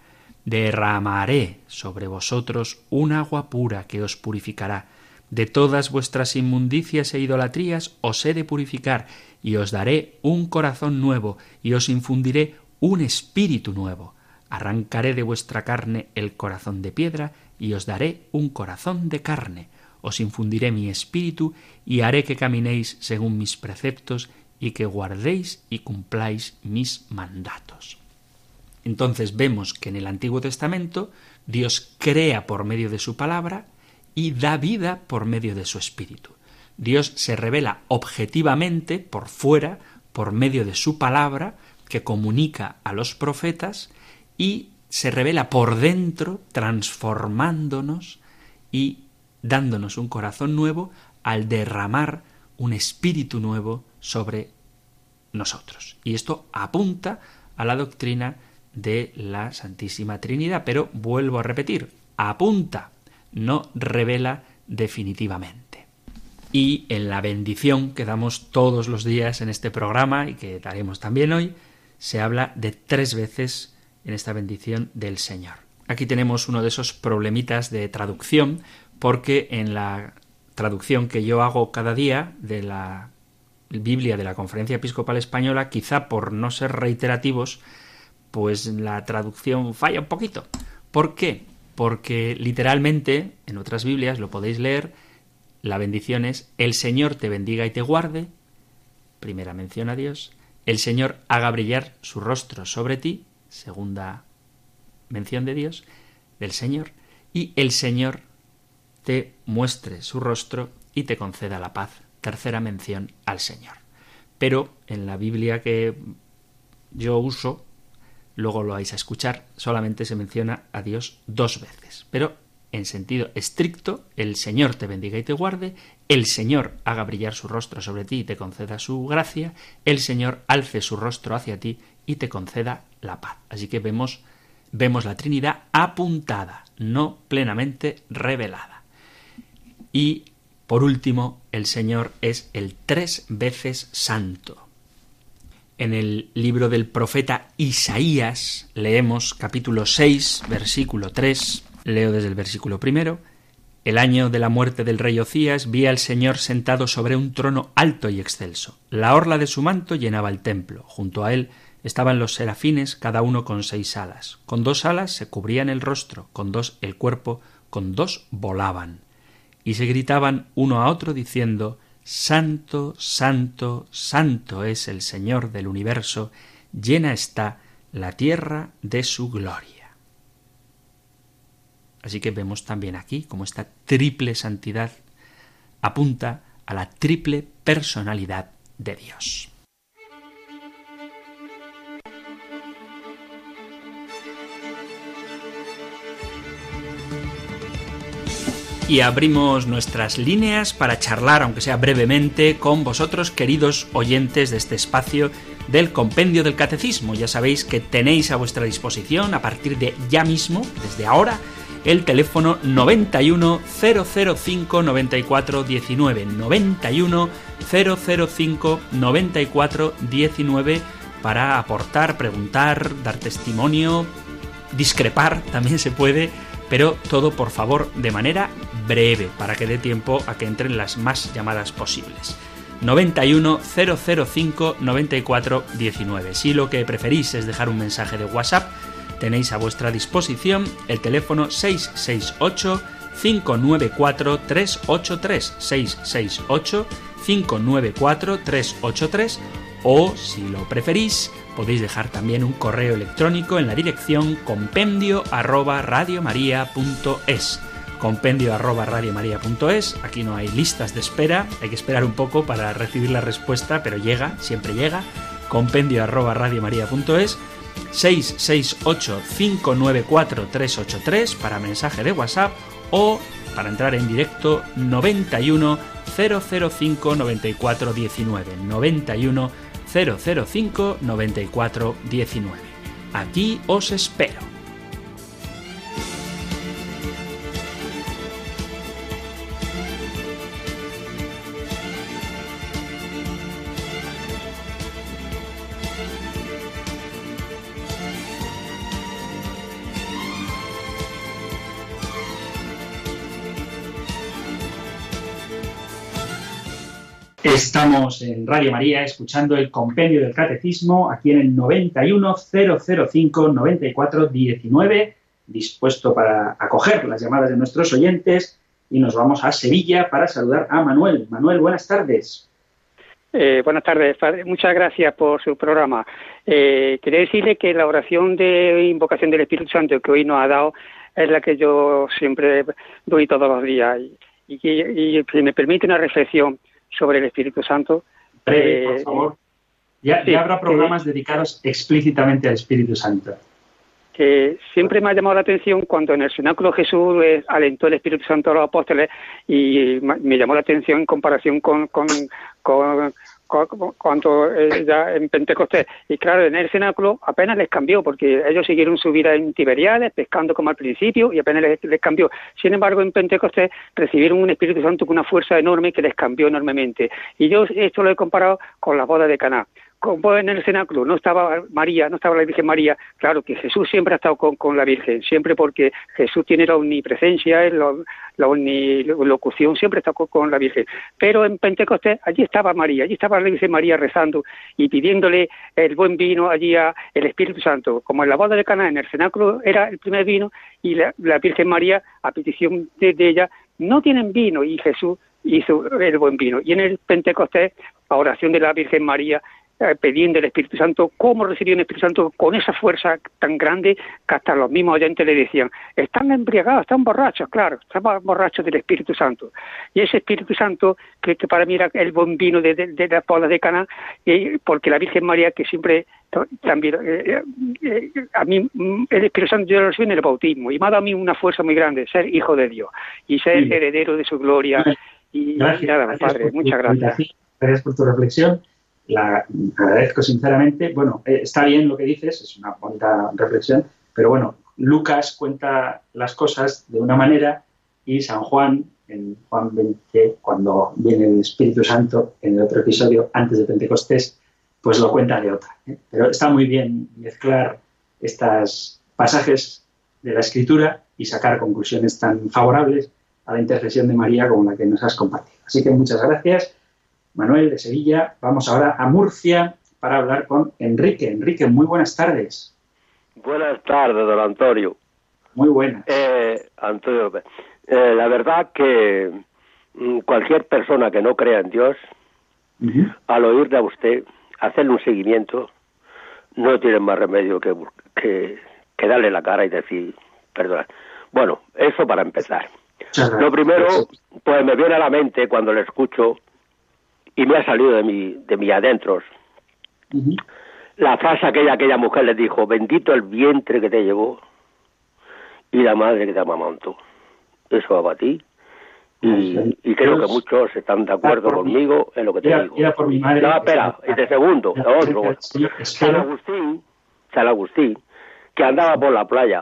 Derramaré sobre vosotros un agua pura que os purificará. De todas vuestras inmundicias e idolatrías os he de purificar, y os daré un corazón nuevo, y os infundiré un espíritu nuevo. Arrancaré de vuestra carne el corazón de piedra, y os daré un corazón de carne. Os infundiré mi espíritu, y haré que caminéis según mis preceptos, y que guardéis y cumpláis mis mandatos. Entonces vemos que en el Antiguo Testamento Dios crea por medio de su palabra y da vida por medio de su espíritu. Dios se revela objetivamente por fuera, por medio de su palabra, que comunica a los profetas, y se revela por dentro, transformándonos y dándonos un corazón nuevo al derramar un espíritu nuevo sobre nosotros. Y esto apunta a la doctrina de la Santísima Trinidad, pero vuelvo a repetir, apunta, no revela definitivamente. Y en la bendición que damos todos los días en este programa y que daremos también hoy, se habla de tres veces en esta bendición del Señor. Aquí tenemos uno de esos problemitas de traducción, porque en la traducción que yo hago cada día de la Biblia de la Conferencia Episcopal Española, quizá por no ser reiterativos, pues la traducción falla un poquito. ¿Por qué? Porque literalmente, en otras Biblias lo podéis leer, la bendición es: el Señor te bendiga y te guarde, primera mención a Dios; el Señor haga brillar su rostro sobre ti, segunda mención de Dios, del Señor; y el Señor te muestre su rostro y te conceda la paz, tercera mención al Señor. Pero en la Biblia que yo uso, luego lo vais a escuchar, solamente se menciona a Dios dos veces. Pero en sentido estricto, el Señor te bendiga y te guarde, el Señor haga brillar su rostro sobre ti y te conceda su gracia, el Señor alce su rostro hacia ti y te conceda la paz. Así que vemos, vemos la Trinidad apuntada, no plenamente revelada. Y, por último, el Señor es el tres veces santo. En el libro del profeta Isaías leemos capítulo seis, versículo tres, leo desde el versículo primero: el año de la muerte del rey Ocías vi al Señor sentado sobre un trono alto y excelso. La orla de su manto llenaba el templo. Junto a él estaban los serafines, cada uno con seis alas. Con dos alas se cubrían el rostro, con dos el cuerpo, con dos volaban. Y se gritaban uno a otro diciendo: Santo, santo, santo es el Señor del universo, llena está la tierra de su gloria. Así que vemos también aquí cómo esta triple santidad apunta a la triple personalidad de Dios. Y abrimos nuestras líneas para charlar, aunque sea brevemente, con vosotros, queridos oyentes de este espacio del Compendio del Catecismo. Ya sabéis que tenéis a vuestra disposición, a partir de ya mismo, desde ahora, el teléfono noventa y uno, cero cero cinco, noventa y cuatro diecinueve, noventa y uno, cero cero cinco, noventa y cuatro diecinueve, para aportar, preguntar, dar testimonio, discrepar, también se puede, pero todo, por favor, de manera breve, para que dé tiempo a que entren las más llamadas posibles. noventa y uno, cero cero cinco, noventa y cuatro diecinueve. Si lo que preferís es dejar un mensaje de WhatsApp, tenéis a vuestra disposición el teléfono seis seis ocho, cinco nueve cuatro, tres ocho tres, seis seis ocho, cinco nueve cuatro, tres ocho tres, o, si lo preferís, podéis dejar también un correo electrónico en la dirección compendio arroba radiomaria punto es. compendio arroba radiomaria punto es. Aquí no hay listas de espera, hay que esperar un poco para recibir la respuesta, pero llega, siempre llega. compendio arroba radiomaria punto es. seis seis ocho, cinco nueve cuatro, tres ocho tres para mensaje de WhatsApp, o para entrar en directo noventa y uno, cero cero cinco, noventa y cuatro diecinueve, noventa y uno, cero cero cinco, noventa y cuatro diecinueve. Aquí os espero. Estamos en Radio María escuchando el Compendio del Catecismo, aquí en el noventa y uno, cero cero cinco, noventa y cuatro diecinueve, dispuesto para acoger las llamadas de nuestros oyentes, y nos vamos a Sevilla para saludar a Manuel. Manuel, buenas tardes. Eh, buenas tardes, padre. Muchas gracias por su programa. Eh, quería decirle que la oración de invocación del Espíritu Santo que hoy nos ha dado es la que yo siempre doy todos los días, y, y, y si me permite una reflexión sobre el Espíritu Santo. Breve, eh, por favor. Ya, sí, ya habrá programas eh, dedicados explícitamente al Espíritu Santo. Que siempre me ha llamado la atención cuando en el cenáculo Jesús eh, alentó el Espíritu Santo a los apóstoles, y me llamó la atención en comparación con, con, con, con, con cuando eh, ya en Pentecostés. Y claro, en el cenáculo apenas les cambió, porque ellos siguieron su vida en Tiberiades, pescando como al principio, y apenas les, les cambió. Sin embargo, en Pentecostés recibieron un Espíritu Santo con una fuerza enorme que les cambió enormemente. Y yo esto lo he comparado con las bodas de Caná. Como en el cenáculo no estaba María, no estaba la Virgen María, claro que Jesús siempre ha estado con, con la Virgen, siempre, porque Jesús tiene la omnipresencia, la, la omnilocución, siempre está con, con la Virgen. Pero en Pentecostés, allí estaba María, allí estaba la Virgen María rezando y pidiéndole el buen vino allí al Espíritu Santo. Como en la boda de Caná, en el cenáculo era el primer vino, y la, la Virgen María, a petición de, de ella, no tienen vino, y Jesús hizo el buen vino. Y en el Pentecostés, a oración de la Virgen María, pidiendo el Espíritu Santo, cómo recibió el Espíritu Santo con esa fuerza tan grande que hasta los mismos oyentes le decían, están embriagados, están borrachos, claro, están borrachos del Espíritu Santo. Y ese Espíritu Santo, que, que para mí era el buen vino de, de, de las bodas de Caná, eh, porque la Virgen María, que siempre también, eh, eh, a mí el Espíritu Santo yo lo recibí en el bautismo, y me ha dado a mí una fuerza muy grande, ser hijo de Dios, y ser sí. heredero de su gloria. Y, gracias, y nada, gracias Padre, muchas gracias. Gracias por tu reflexión. La agradezco sinceramente. Bueno, eh, está bien lo que dices, es una bonita reflexión, pero bueno, Lucas cuenta las cosas de una manera, y San Juan, en Juan veinte, cuando viene el Espíritu Santo, en el otro episodio, antes de Pentecostés, pues lo cuenta de otra, ¿eh? Pero está muy bien mezclar estos pasajes de la Escritura y sacar conclusiones tan favorables a la intercesión de María como la que nos has compartido. Así que muchas gracias, Manuel de Sevilla. Vamos ahora a Murcia para hablar con Enrique. Enrique, muy buenas tardes. Buenas tardes, don Antonio. Muy buenas. Eh, Antonio, eh, la verdad que cualquier persona que no crea en Dios, uh-huh. al oírle a usted, hacerle un seguimiento, no tiene más remedio que, que, que darle la cara y decir, perdona. Bueno, eso para empezar. Lo primero, pues me viene a la mente cuando le escucho, y me ha salido de mi, de mis adentros, uh-huh. la frase aquella, aquella mujer le dijo, bendito el vientre que te llevó y la madre que te amamantó. Eso va para ti. Y, y creo que muchos están de acuerdo conmigo en lo que te era, digo. Era por mi madre. No, espera, y de segundo, lo otro. San Agustín, San Agustín, que andaba por la playa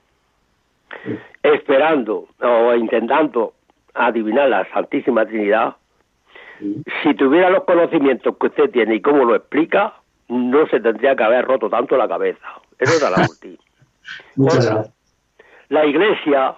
sí. esperando o intentando adivinar la Santísima Trinidad, sí. si tuviera los conocimientos que usted tiene y cómo lo explica, no se tendría que haber roto tanto la cabeza. Eso es San Agustín. Muchas gracias. La Iglesia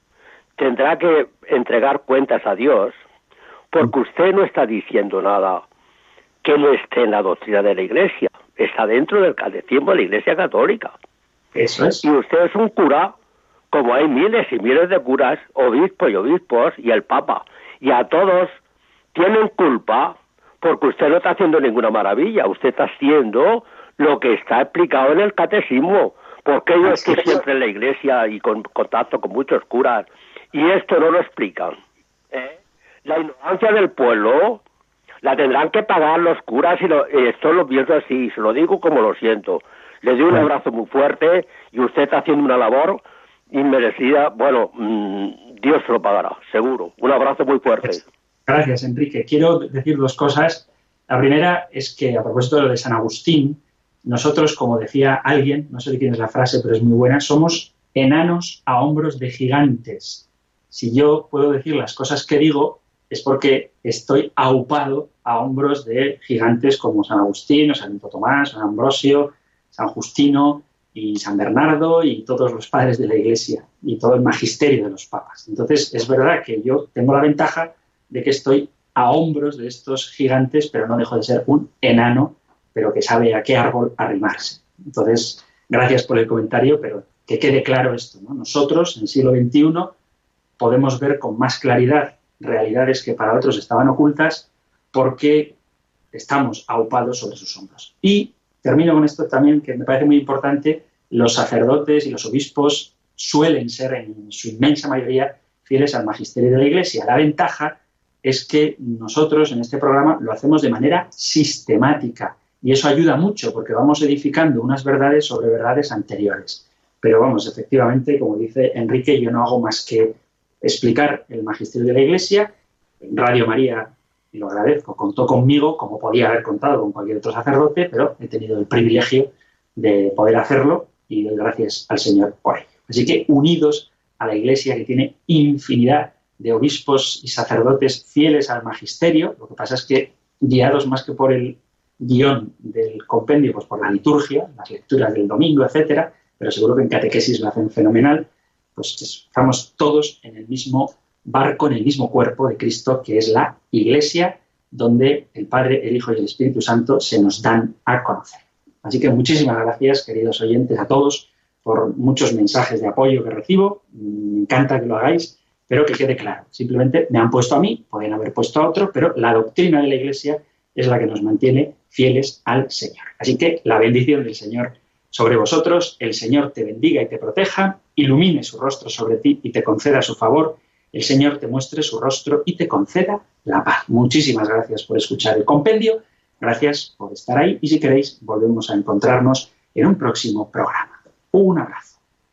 tendrá que entregar cuentas a Dios, porque usted no está diciendo nada que no esté en la doctrina de la Iglesia, está dentro del catecismo de la Iglesia Católica. Eso es. Y usted es un cura, como hay miles y miles de curas, obispos y obispos, y el Papa, y a todos tienen culpa, porque usted no está haciendo ninguna maravilla, usted está haciendo lo que está explicado en el catecismo, porque yo estoy siempre en la Iglesia y con contacto con muchos curas, y esto no lo explican. ¿Eh? La ignorancia del pueblo la tendrán que pagar los curas y, lo, y esto lo pienso así, se lo digo como lo siento. Le doy un abrazo muy fuerte y usted está haciendo una labor inmerecida. Bueno, mmm, Dios se lo pagará, seguro. Un abrazo muy fuerte. Gracias, Enrique. Quiero decir dos cosas. La primera es que, a propósito de lo de San Agustín, nosotros, como decía alguien, no sé de quién es la frase, pero es muy buena, somos enanos a hombros de gigantes. Si yo puedo decir las cosas que digo, es porque estoy aupado a hombros de gigantes como San Agustín, o Santo Tomás, San Ambrosio, San Justino y San Bernardo y todos los padres de la Iglesia y todo el magisterio de los papas. Entonces, es verdad que yo tengo la ventaja de que estoy a hombros de estos gigantes, pero no dejo de ser un enano, pero que sabe a qué árbol arrimarse. Entonces, gracias por el comentario, pero que quede claro esto, ¿no? Nosotros, en el siglo veintiuno, podemos ver con más claridad realidades que para otros estaban ocultas porque estamos aupados sobre sus hombros. Y termino con esto también, que me parece muy importante, los sacerdotes y los obispos suelen ser en su inmensa mayoría fieles al magisterio de la Iglesia. La ventaja es que nosotros en este programa lo hacemos de manera sistemática y eso ayuda mucho porque vamos edificando unas verdades sobre verdades anteriores. Pero vamos, efectivamente, como dice Enrique, yo no hago más que explicar el magisterio de la Iglesia. Radio María, y lo agradezco, contó conmigo, como podía haber contado con cualquier otro sacerdote, pero he tenido el privilegio de poder hacerlo y doy gracias al Señor por ello. Así que unidos a la Iglesia, que tiene infinidad de obispos y sacerdotes fieles al magisterio, lo que pasa es que guiados más que por el guión del compendio, pues por la liturgia, las lecturas del domingo, etcétera, pero seguro que en catequesis lo hacen fenomenal, pues estamos todos en el mismo barco, en el mismo cuerpo de Cristo, que es la Iglesia, donde el Padre, el Hijo y el Espíritu Santo se nos dan a conocer. Así que muchísimas gracias, queridos oyentes, a todos, por muchos mensajes de apoyo que recibo. Me encanta que lo hagáis, pero que quede claro. Simplemente me han puesto a mí, pueden haber puesto a otro, pero la doctrina de la Iglesia es la que nos mantiene fieles al Señor. Así que la bendición del Señor sobre vosotros, el Señor te bendiga y te proteja, ilumine su rostro sobre ti y te conceda su favor, el Señor te muestre su rostro y te conceda la paz. Muchísimas gracias por escuchar el compendio, gracias por estar ahí y si queréis volvemos a encontrarnos en un próximo programa. Un abrazo.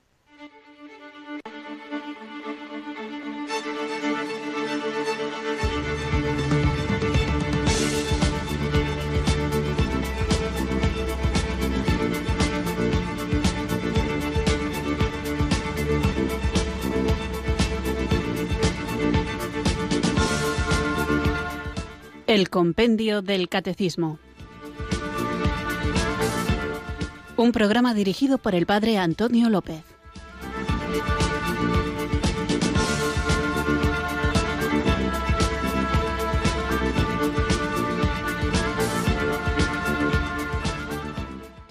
El Compendio del Catecismo. Un programa dirigido por el Padre Antonio López.